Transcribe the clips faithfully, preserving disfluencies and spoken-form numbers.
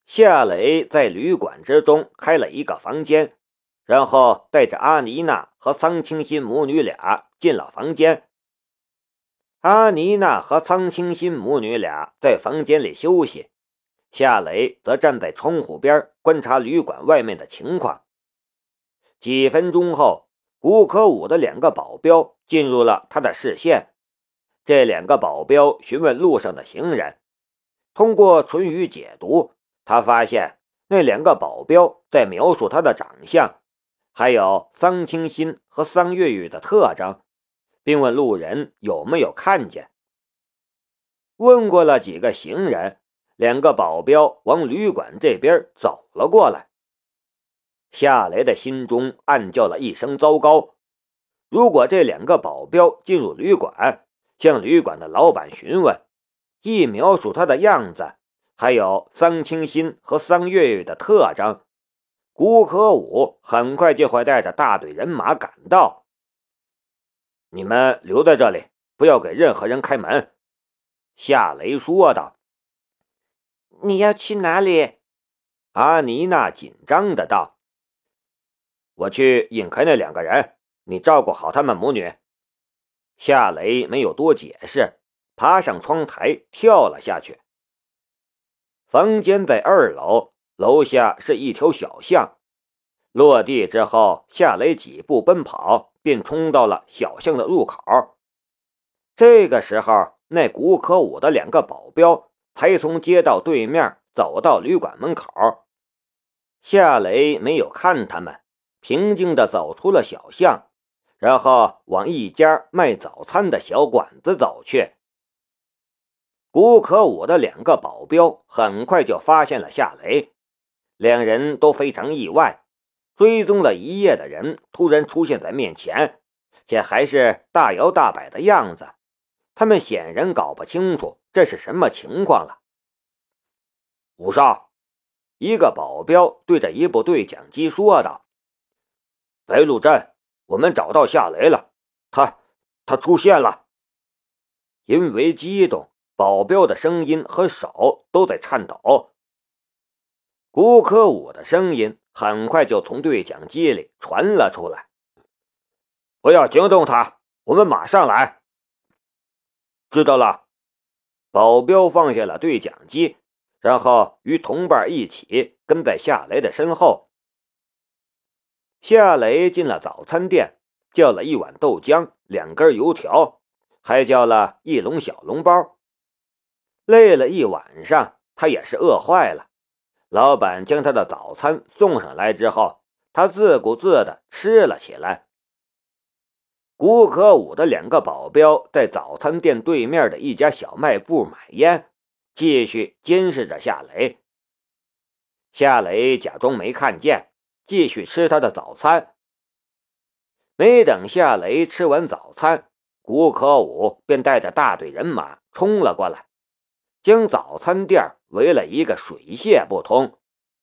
夏雷在旅馆之中开了一个房间，然后带着阿妮娜和桑清心母女俩进了房间。阿妮娜和桑清心母女俩在房间里休息，夏雷则站在窗户边观察旅馆外面的情况。几分钟后，古可武的两个保镖进入了他的视线。这两个保镖询问路上的行人，通过唇语解读，他发现那两个保镖在描述他的长相，还有桑清心和桑月月的特征，并问路人有没有看见。问过了几个行人，两个保镖往旅馆这边走了过来。夏雷的心中暗叫了一声糟糕，如果这两个保镖进入旅馆，向旅馆的老板询问，一描述他的样子，还有桑清心和桑月月的特征，古可武很快就会带着大队人马赶到。你们留在这里，不要给任何人开门，夏雷说道。 你要去哪里？ 阿妮娜紧张的道。我去引开那两个人，你照顾好他们母女。夏雷没有多解释，爬上窗台跳了下去。房间在二楼，楼下是一条小巷。落地之后，夏雷几步奔跑，便冲到了小巷的入口。这个时候，那古可武的两个保镖才从街道对面走到旅馆门口。夏雷没有看他们，平静地走出了小巷，然后往一家卖早餐的小馆子走去。古可武的两个保镖很快就发现了夏雷，两人都非常意外，追踪了一夜的人突然出现在面前，且还是大摇大摆的样子，他们显然搞不清楚这是什么情况了。五少，一个保镖对着一部对讲机说道：白鹿镇，我们找到夏雷了，他他出现了。因为激动，保镖的声音和手都在颤抖。古可武的声音很快就从对讲机里传了出来：不要惊动他，我们马上来。知道了。保镖放下了对讲机，然后与同伴一起跟在夏雷的身后。夏雷进了早餐店，叫了一碗豆浆，两根油条，还叫了一笼小笼包。累了一晚上，他也是饿坏了。老板将他的早餐送上来之后，他自顾自地吃了起来。古可武的两个保镖在早餐店对面的一家小卖部买烟，继续监视着夏雷。夏雷假装没看见，继续吃他的早餐。没等夏雷吃完早餐，古可武便带着大队人马冲了过来，将早餐店围了一个水泄不通。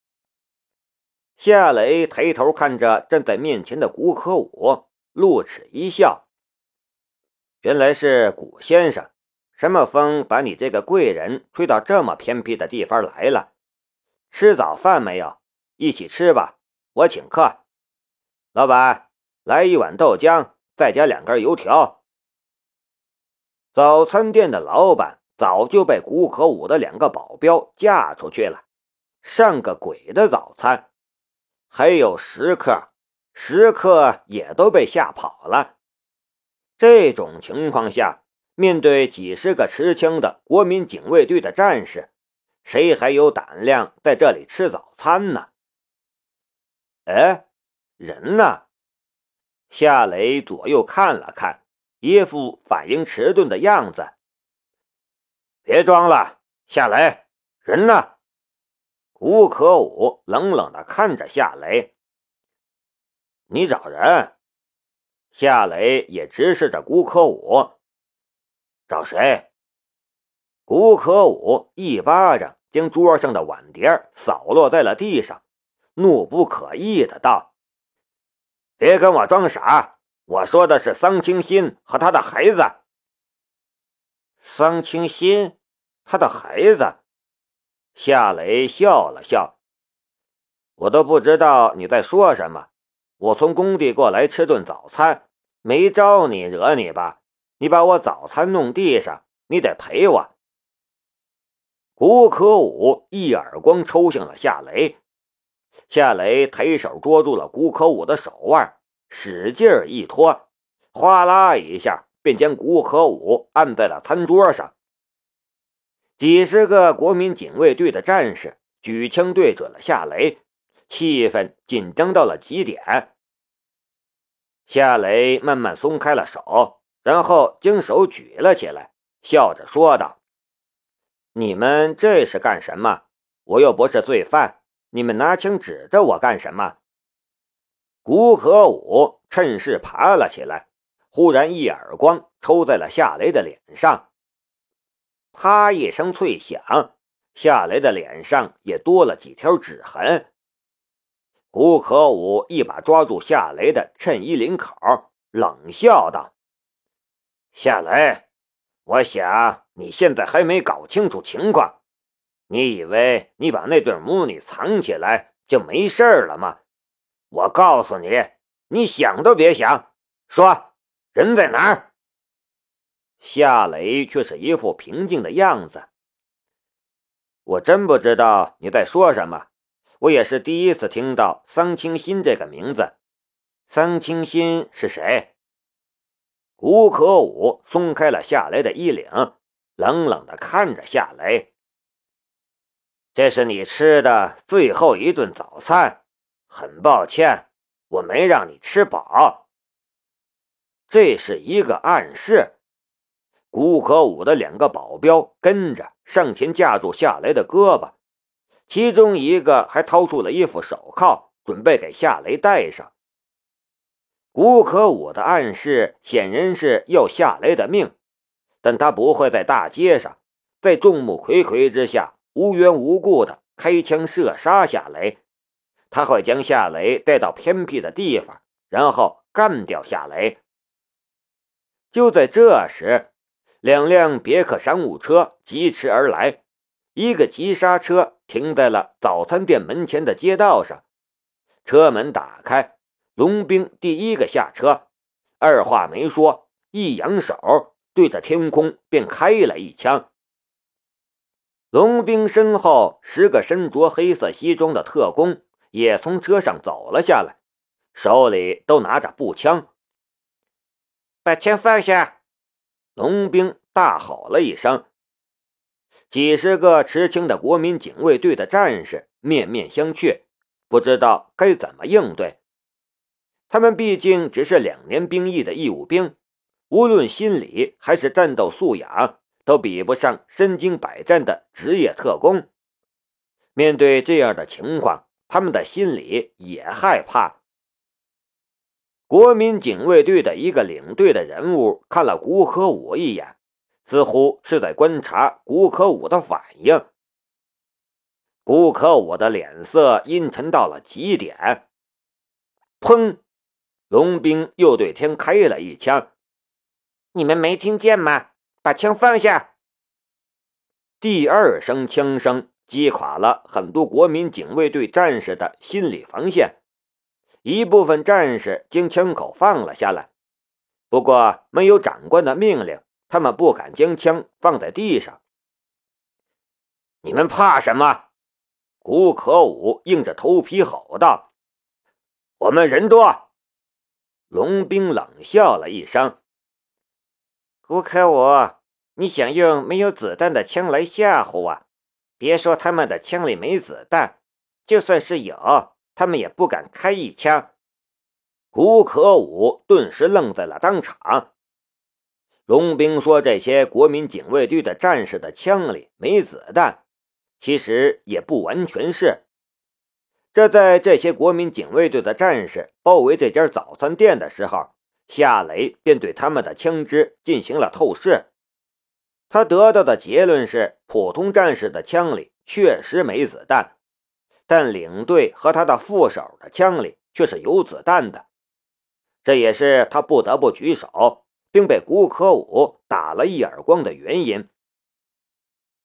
夏雷抬头看着站在面前的古可武，露齿一笑：原来是古先生，什么风把你这个贵人吹到这么偏僻的地方来了？吃早饭没有？一起吃吧，我请客。老板，来一碗豆浆，再加两根油条。早餐店的老板早就被古可武的两个保镖架出去了，上个鬼的早餐！还有食客，食客也都被吓跑了。这种情况下，面对几十个持枪的国民警卫队的战士，谁还有胆量在这里吃早餐呢？哎，人呢？夏雷左右看了看，一副反应迟钝的样子。别装了，夏雷，人呢？古可武冷冷地看着夏雷。你找人？夏雷也直视着古可武。找谁？古可武一巴掌将桌上的碗碟扫落在了地上，怒不可遏的道：别跟我装傻，我说的是桑清心和他的孩子。桑清心，他的孩子？ 夏雷笑了笑：“我都不知道你在说什么。我从工地过来吃顿早餐，没招你惹你吧？你把我早餐弄地上，你得赔我。”古可武一耳光抽向了夏雷，夏雷抬手捉住了古可武的手腕，使劲一拖，哗啦一下便将古可武按在了餐桌上。几十个国民警卫队的战士举枪对准了夏雷，气氛紧张到了极点。夏雷慢慢松开了手，然后将手举了起来，笑着说道：“你们这是干什么？我又不是罪犯，你们拿枪指着我干什么？”古可武趁势爬了起来，忽然一耳光抽在了夏雷的脸上。啪一声脆响，夏雷的脸上也多了几条指痕。古可武一把抓住夏雷的衬衣领口，冷笑道：“夏雷，我想你现在还没搞清楚情况。你以为你把那对母女藏起来就没事了吗？我告诉你，你想都别想。说，人在哪儿？”夏雷却是一副平静的样子。我真不知道你在说什么，我也是第一次听到桑清新这个名字。桑清新是谁？古可武松开了夏雷的衣领，冷冷地看着夏雷。这是你吃的最后一顿早餐，很抱歉，我没让你吃饱。这是一个暗示。古可武的两个保镖跟着上前架住夏雷的胳膊，其中一个还掏出了一副手铐，准备给夏雷戴上。古可武的暗示显然是要夏雷的命，但他不会在大街上，在众目睽睽之下无缘无故的开枪射杀夏雷，他会将夏雷带到偏僻的地方，然后干掉夏雷。就在这时，两辆别克商务车疾驰而来，一个急刹车停在了早餐店门前的街道上，车门打开，龙兵第一个下车，二话没说，一扬手对着天空便开了一枪。龙兵身后十个身着黑色西装的特工也从车上走了下来，手里都拿着步枪。把枪放下！龙兵大吼了一声，几十个持枪的国民警卫队的战士面面相觑，不知道该怎么应对。他们毕竟只是两年兵役的义务兵，无论心理还是战斗素养，都比不上身经百战的职业特工。面对这样的情况，他们的心里也害怕。国民警卫队的一个领队的人物看了古可武一眼，似乎是在观察古可武的反应。古可武的脸色阴沉到了极点。砰！龙兵又对天开了一枪。你们没听见吗？把枪放下！第二声枪声击垮了很多国民警卫队战士的心理防线。一部分战士将枪口放了下来，不过没有长官的命令，他们不敢将枪放在地上。你们怕什么？古可武硬着头皮吼道。我们人多。龙兵冷笑了一声。古可武，你想用没有子弹的枪来吓唬我？别说他们的枪里没子弹，就算是有，他们也不敢开一枪。古可武顿时愣在了当场。龙兵说这些国民警卫队的战士的枪里没子弹，其实也不完全是。这在这些国民警卫队的战士包围这家早餐店的时候，夏雷便对他们的枪支进行了透视。他得到的结论是，普通战士的枪里确实没子弹，但领队和他的副手的枪里却是有子弹的。这也是他不得不举手并被古可武打了一耳光的原因。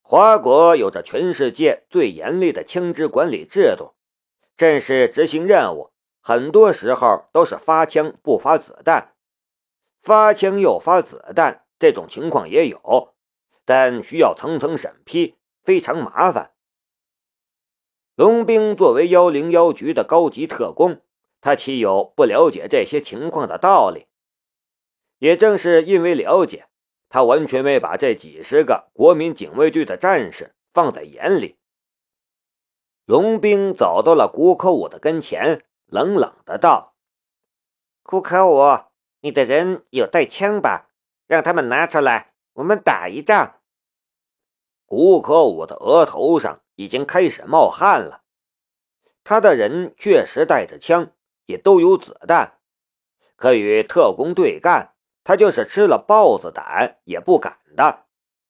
华国有着全世界最严厉的枪支管理制度，正式执行任务，很多时候都是发枪不发子弹。发枪又发子弹这种情况也有，但需要层层审批，非常麻烦。龙兵作为一零一局的高级特工，他岂有不了解这些情况的道理？也正是因为了解，他完全没把这几十个国民警卫队的战士放在眼里。龙兵走到了古可武的跟前，冷冷的道： 古可武，你的人有带枪吧？让他们拿出来，我们打一仗。 古可武的额头上已经开始冒汗了，他的人确实带着枪，也都有子弹，可与特工对干，他就是吃了豹子胆也不敢的。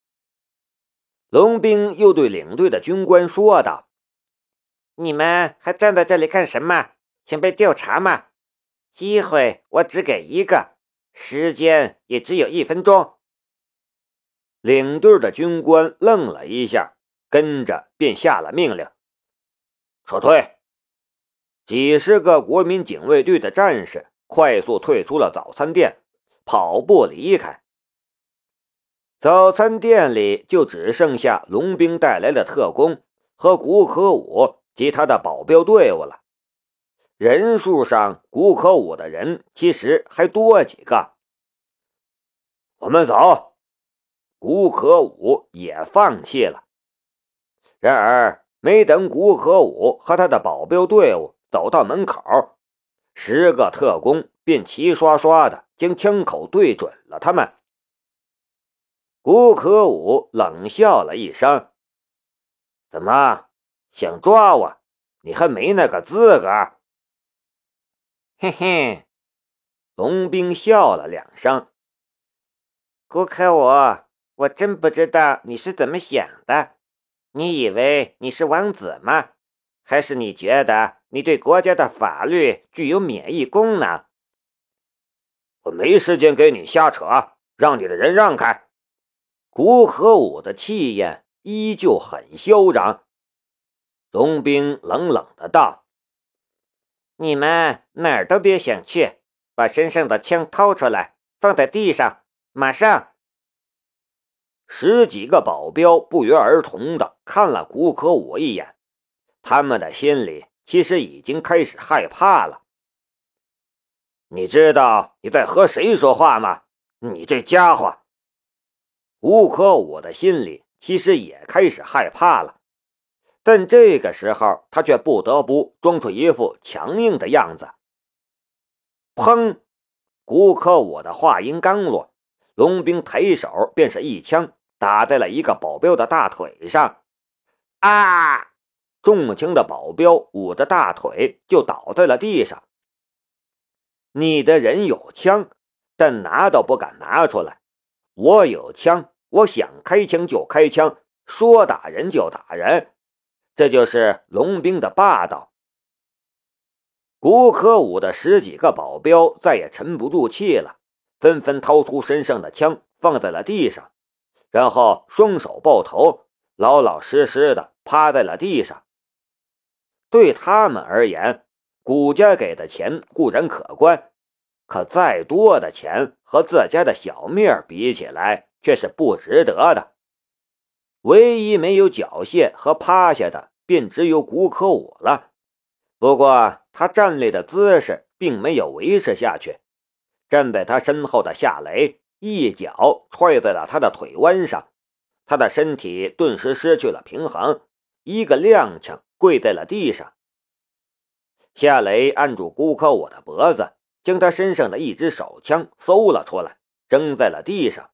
龙兵又对领队的军官说道： 你们还站在这里干什么？想被调查吗？机会我只给一个，时间也只有一分钟。 领队的军官愣了一下，跟着便下了命令：撤退！几十个国民警卫队的战士快速退出了早餐店，跑步离开。早餐店里就只剩下龙兵带来的特工和古可武及他的保镖队伍了。人数上，古可武的人其实还多几个。我们走。古可武也放弃了。然而没等古可武和他的保镖队伍走到门口，十个特工便齐刷刷的将枪口对准了他们。古可武冷笑了一声：怎么，想抓我？你还没那个资格。 嘿嘿， 龙兵笑了两声。 古可武，我真不知道你是怎么想的。你以为你是王子吗？还是你觉得你对国家的法律具有免疫功能？ 我没时间给你瞎扯，让你的人让开。古可武的气焰依旧很嚣张。龙兵冷冷的道： 你们哪儿都别想去，把身上的枪掏出来，放在地上，马上！ 十几个保镖不约而同地看了古可武一眼，他们的心里其实已经开始害怕了。你知道你在和谁说话吗？你这家伙！古可武的心里其实也开始害怕了，但这个时候他却不得不装出一副强硬的样子。砰！古可武的话音刚落，龙兵抬手便是一枪打在了一个保镖的大腿上。啊！中枪的保镖捂着大腿就倒在了地上。你的人有枪，但拿都不敢拿出来。我有枪，我想开枪就开枪，说打人就打人，这就是龙兵的霸道。古可武的十几个保镖再也沉不住气了，纷纷掏出身上的枪放在了地上，然后双手抱头，老老实实的趴在了地上。对他们而言，古家给的钱固然可观，可再多的钱和自家的小命比起来却是不值得的。唯一没有缴械和趴下的便只有古可武了。不过他站立的姿势并没有维持下去，站在他身后的夏雷一脚踹在了他的腿弯上，他的身体顿时失去了平衡，一个踉跄跪在了地上。夏雷按住古可武的脖子，将他身上的一支手枪搜了出来，扔在了地上。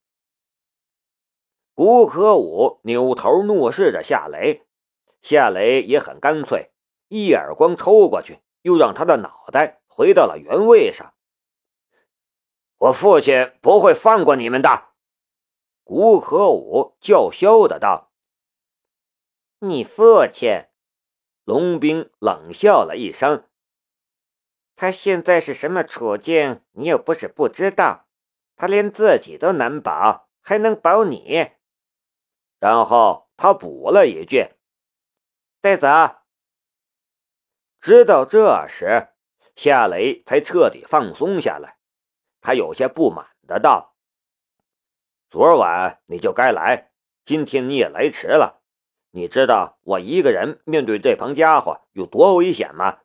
古可武扭头怒视着夏雷，夏雷也很干脆，一耳光抽过去，又让他的脑袋回到了原位上。我父亲不会放过你们的，古可武叫嚣的道。 你父亲？ 龙兵冷笑了一声。 他现在是什么处境，你又不是不知道。他连自己都难保，还能保你？ 然后他补了一句：“ 带走。” 直到这时，夏雷才彻底放松下来。他有些不满的道：“昨晚你就该来，今天你也来迟了。你知道我一个人面对这帮家伙有多危险吗？”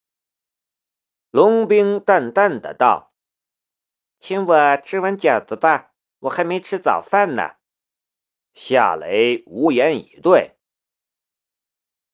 龙兵淡淡的道：“请我吃碗饺子吧，我还没吃早饭呢。” 夏雷无言以对。